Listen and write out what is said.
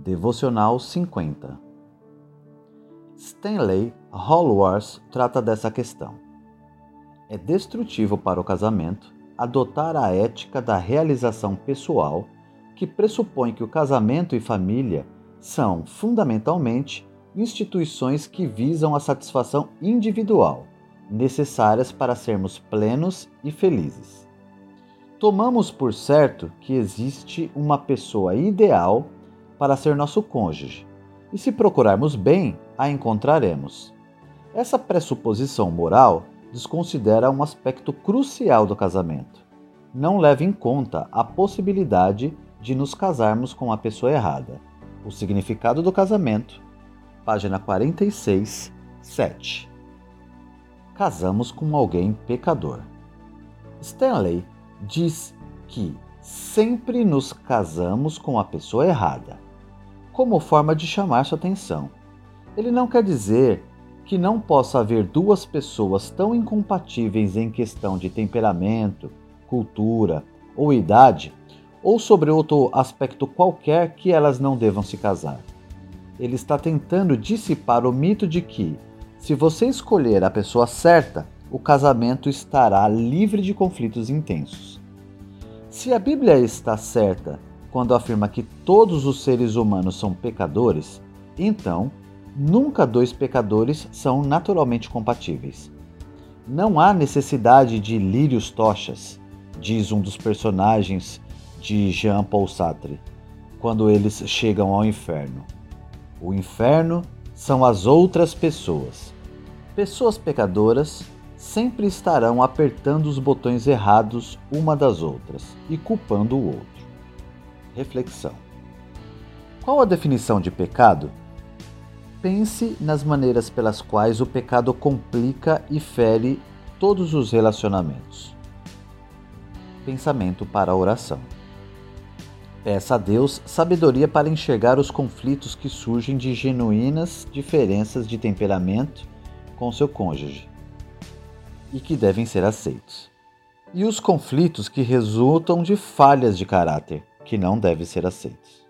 Devocional 50. Stanley Hallworth trata dessa questão. É destrutivo para o casamento adotar a ética da realização pessoal, que pressupõe que o casamento e família são, fundamentalmente, instituições que visam a satisfação individual, necessárias para sermos plenos e felizes. Tomamos por certo que existe uma pessoa ideal para ser nosso cônjuge, e se procurarmos bem, a encontraremos. Essa pressuposição moral desconsidera um aspecto crucial do casamento. Não leva em conta a possibilidade de nos casarmos com a pessoa errada. O significado do casamento, página 46, 7. Casamos com alguém pecador. Stanley diz que sempre nos casamos com a pessoa errada, como forma de chamar sua atenção. Ele não quer dizer que não possa haver duas pessoas tão incompatíveis em questão de temperamento, cultura ou idade, ou sobre outro aspecto qualquer que elas não devam se casar. Ele está tentando dissipar o mito de que, se você escolher a pessoa certa, o casamento estará livre de conflitos intensos. Se a Bíblia está certa quando afirma que todos os seres humanos são pecadores, então nunca dois pecadores são naturalmente compatíveis. Não há necessidade de lírios tochas, diz um dos personagens de Jean-Paul Sartre, quando eles chegam ao inferno. O inferno são as outras pessoas. Pessoas pecadoras sempre estarão apertando os botões errados uma das outras e culpando o outro. Reflexão. Qual a definição de pecado? Pense nas maneiras pelas quais o pecado complica e fere todos os relacionamentos. Pensamento para a oração. Peça a Deus sabedoria para enxergar os conflitos que surgem de genuínas diferenças de temperamento com seu cônjuge e que devem ser aceitos, e os conflitos que resultam de falhas de caráter que não devem ser aceitos.